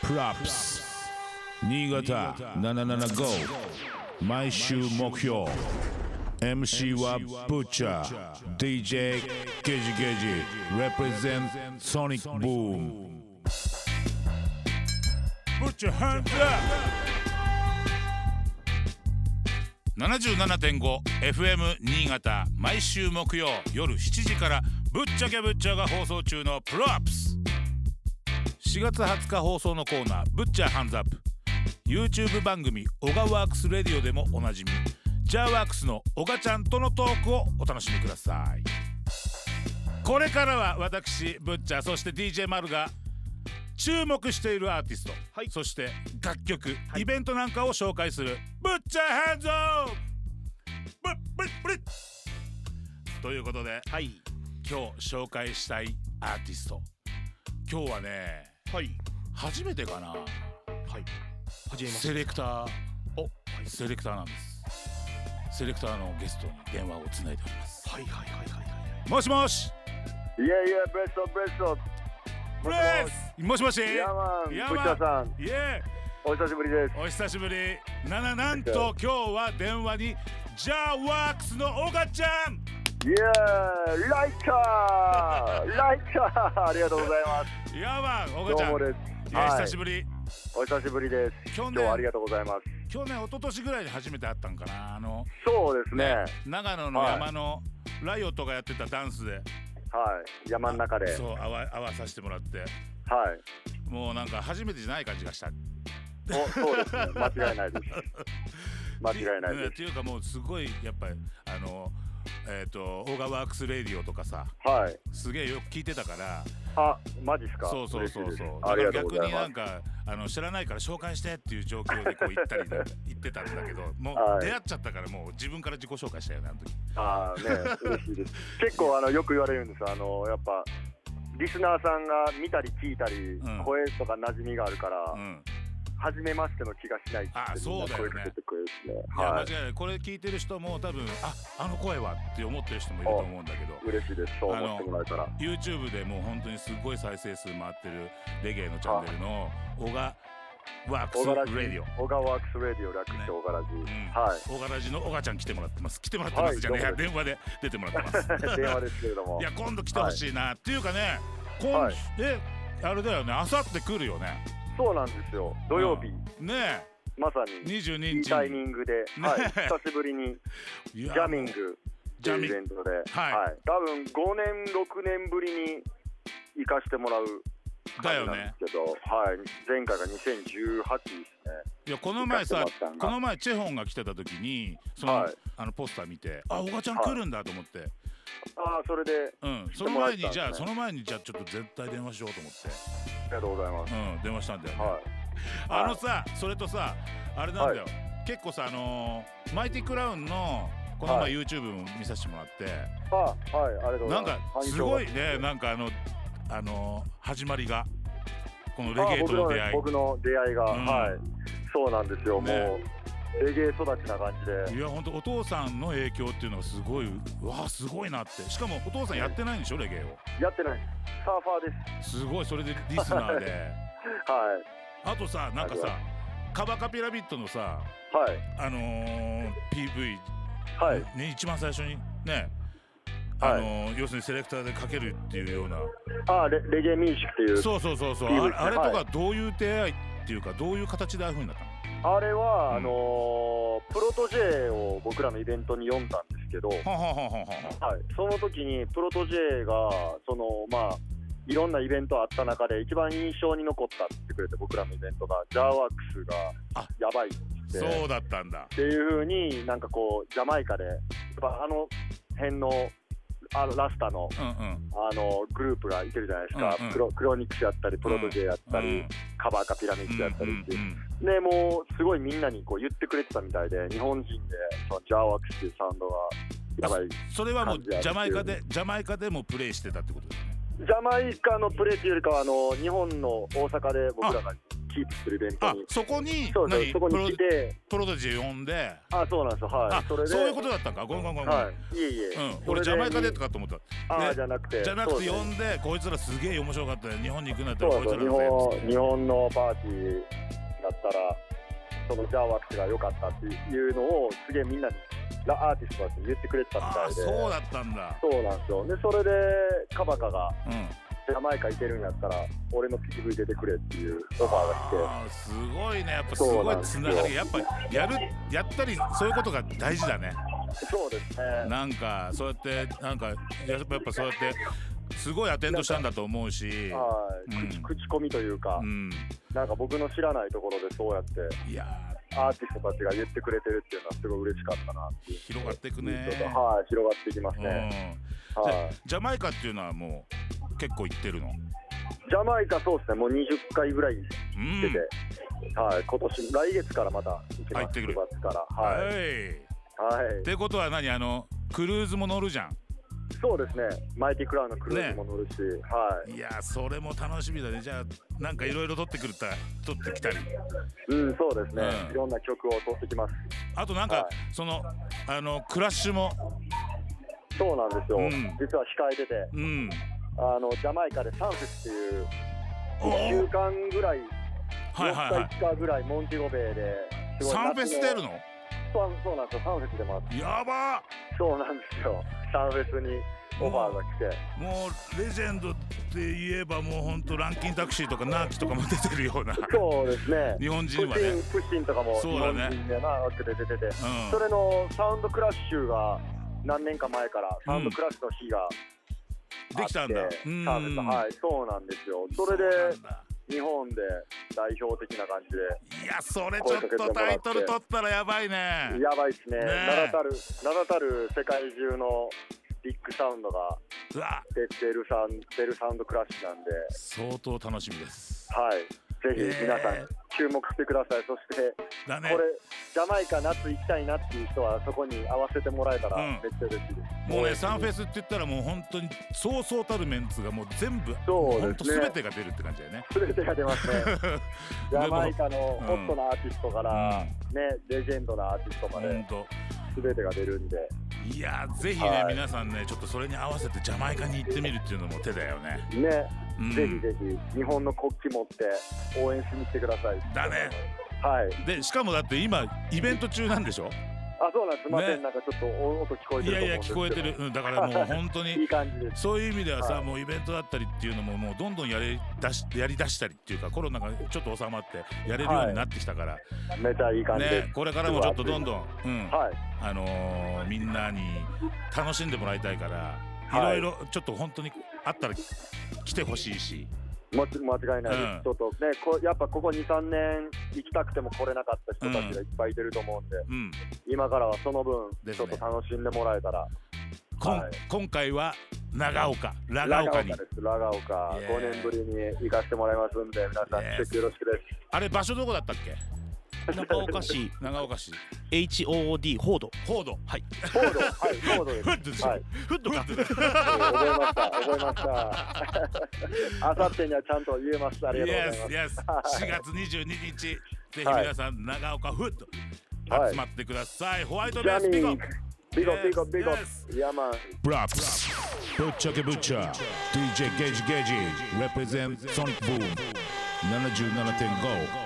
プラップス新潟775毎週目標 MC はブッチャー DJ ゲジゲジ represent Sonic Boom ブッチャーハンズアップ 77.5FM 新潟毎週木曜夜7時からぶっちゃけぶっちゃが放送中のプロアップス4月20日放送のコーナーぶっちゃハンズアップ YouTube 番組オガワークスレディオでもおなじみジャーワークスのオガちゃんとのトークをお楽しみください。これからは私ぶっちゃそして DJ マルが注目しているアーティスト、はい、そして楽曲、はい、イベントなんかを紹介するぶっちゃハンズアップということで、はい、今日紹介したいアーティスト今日はね、はい、初めてかな、はい、初めましてセレクター、はい、セレクターなんです。セレクターのゲストに電話をつないでおります。はいはいはいはいはい。もしもし。 いやいやブレストブレスもしもし。 ヤマンブッチャーさん。 イエーお久しぶりです。 お久しぶり。なんと今日は電話にジャーワークスのオガちゃん。 イエーイライカーありがとうございます。 ヤマンオガちゃんどうもです。はい、久しぶり。 お久しぶりです。今日はありがとうございます。 去年一昨年ぐらいに初めて会ったんかな。 そうですね。 長野の山のライオットがやってたダンスで、はい、 山の中でそう合わさせてもらって、はい、もうなんか初めてじゃない感じがした。 そうですね。間違いないです。間違いないです。 っていうかもうすごいやっぱりオーガワークスレディオとかさ、はい、すげえよく聞いてたから。 あ、マジっすか。 そうだから逆になんか知らないから紹介してっていう状況でこう言ったり言ってたんだけどもう出会っちゃったからもう自分から自己紹介したよね、あの時。 ああね、嬉しいです。結構よく言われるんです。やっぱリスナーさんが見たり聞いたり、声とか馴染みがあるから、初めましての気がしないって。 そうだよね。いや間違いない。これ聞いてる人も多分あの声はって思ってる人もいると思うんだけど、 嬉しいです。そう思ってもらえたら。 YouTube でもう本当にすごい再生数回ってるレゲエのチャンネルのオガワークスレディオ、 オガワークスレディオ略してオガラジ、 はい、オガラジのオガちゃん来てもらってますじゃねえ、電話で出てもらってます電話ですけれども、 いや今度来てほしいなっていうかね、あれだよね、あさって来るよね。 そうなんですよ、土曜日、 ねえ、 まさに 22日いいタイミングで、久しぶりにジャミングというイベントで、多分5年6年ぶりに行かしてもらうだよね。 けど、前回が2018ですね。 いやこの前チェホンが来てた時にポスター見て、オガちゃん来るんだと思って、 それで、 その前にじゃあちょっと絶対電話しようと思って、 ありがとうございます。 電話したんだよね。さ、それとさ、あれなんだよ、結構さマイティクラウンのこの前 YouTube も見させてもらって、 ありがとうございます。 なんかすごいね、なんか始まりがこのレゲエとの出会い、 僕の出会いが、そうなんですよ、もうレゲエ育ちな感じで。 いや本当お父さんの影響っていうのがすごい、すごいなって。しかもお父さんやってないんでしょ、レゲエを。 やってない、サーファーです。 すごい、それでリスナーであとさ、なんかさ、カバカピラビットのさ、PV、一番最初にね、要するにセレクターでかけるっていうような、 レゲエ民主っていう、 そうあれとかどういう出会いっていうか、どういう形でああいう風になったの？ あれは、プロト J を僕らのイベントに読んだんですけど、その時にプロト J がいろんなイベントあった中で一番印象に残ったって言ってくれて、僕らのイベントがジャーワークスがやばいって。 そうだったんだっていう風に、なんかこうジャマイカで辺のラスタの、グループがいてるじゃないですか、クロニクスやったりプロト J やったり、カバーカピラミッドやったりっていう、でもうすごいみんなにこう言ってくれてたみたいで、日本人でそのジャーワークスっていうサウンドがやばい。 それはもうジャマイカでもプレイしてたってことですね。 ジャマイカのプレーというよりかは日本の大阪で僕らが来キープするイベントに、 そこにそこに来てプロデジ呼んで、 そうなんですよ。はい。それでそういうことだったんか。ごめん。 はい。いえ。 俺ジャマイカでとかと思った。 じゃなくて呼んで、こいつらすげえ面白かったよ、日本に行くんだったらこいつら日本のパーティーだったらそのジャーワックスが良かったっていうのをすげえみんなにアーティストたちに言ってくれてたみたいで。 そうだったんだ。 そうなんですよ。でそれでカバカが、ジャマイカ行けるんやったら俺の PV 出てくれっていうオファーが来て。 すごいね。やっぱすごいつながり。やっぱやったりそういうことが大事だね。 そうですね。 なんかそうやってなんかやっぱそうやってすごいアテンドしたんだと思うし、 口コミというか、なんか僕の知らないところでそうやってアーティストたちが言ってくれてるっていうのはすごい嬉しかったなっていう。 広がっていくね。 広がっていきますね。 ジャマイカっていうのはもう結構行ってるの？ ジャマイカそうですね、もう20回ぐらい行ってて、今年来月からまた行きます。9月から。 ってことは何、クルーズも乗るじゃん。 そうですね、マイティクラウンのクルーズも乗るし、 いやそれも楽しみだね。じゃあなんかいろいろ撮ってきたり。 そうですね、いろんな曲を撮ってきます。 あとなんか、そのクラッシュもそうなんですよ、実は控えてて、ジャマイカでサンフェスっていう1週間ぐらい4日5日ぐらいモンティゴベイでサンフェス出るの？ そうなんですよ、サンフェス出ます。 やば。 そうなんですよ、サンフェスにオファーが来て、 もうレジェンドって言えばもうほんとランキンタクシーとかナーキとかも出てるような。 そうですね、 日本人はね、 プッシンとかも日本人でなわけで出てて、それのサウンドクラッシュが何年か前からサウンドクラッシュの日ができたんだ。 そうなんですよ。それで日本で代表的な感じで。 いやそれちょっとタイトル取ったらやばいね。 やばいっすね。名だたる世界中のビッグサウンドが出るサウンドクラッシュなんで相当楽しみです。 ぜひ皆さん注目してください。そしてこれジャマイカ夏行きたいなっていう人はそこに合わせてもらえたらめっちゃ嬉しいです。 もうね、サンフェスって言ったらもう本当にそうそうたるメンツがもう全部本当全てが出るって感じだよね。 全てが出ますね。ジャマイカのホットなアーティストからね、レジェンドなアーティストまで全てが出るんで。 いやぜひね、皆さんねちょっとそれに合わせてジャマイカに行ってみるっていうのも手だよね。 ぜひぜひ日本の国旗持って応援しに来てください。 だね。でしかもだって今イベント中なんでしょ？ そうなんです。すみません、なんかちょっと音聞こえてると思うんですけど。 いや聞こえてる。だからもう本当にいい感じです。 そういう意味ではさ、もうイベントだったりっていうのももうどんどんやりだしたりっていうか、コロナがちょっと収まってやれるようになってきたから、 めちゃいい感じです。 これからもちょっとどんどんみんなに楽しんでもらいたいから、いろいろちょっと本当にあったら来てほしいし。 間違いないです。ちょっとね、やっぱここ 2,3 年行きたくても来れなかった人たちがいっぱいいてると思うんで、今からはその分ちょっと楽しんでもらえたら。 今回はラ岡にラガオカ5年ぶりに行かせてもらいますんで、皆さんチェックよろしくです。 あれ場所どこだったっけ？ 長岡市 HOOD ホードホードです。 フッドか覚えましたあさってにはちゃんと言えます。ありがとうございます。 4月22日ぜひ皆さん長岡フッド集まってください。ホワイトベースビゴビゴヤマンブラップスぶっちゃけぶっちゃ DJ ゲージ represent Sonic Boom 77.5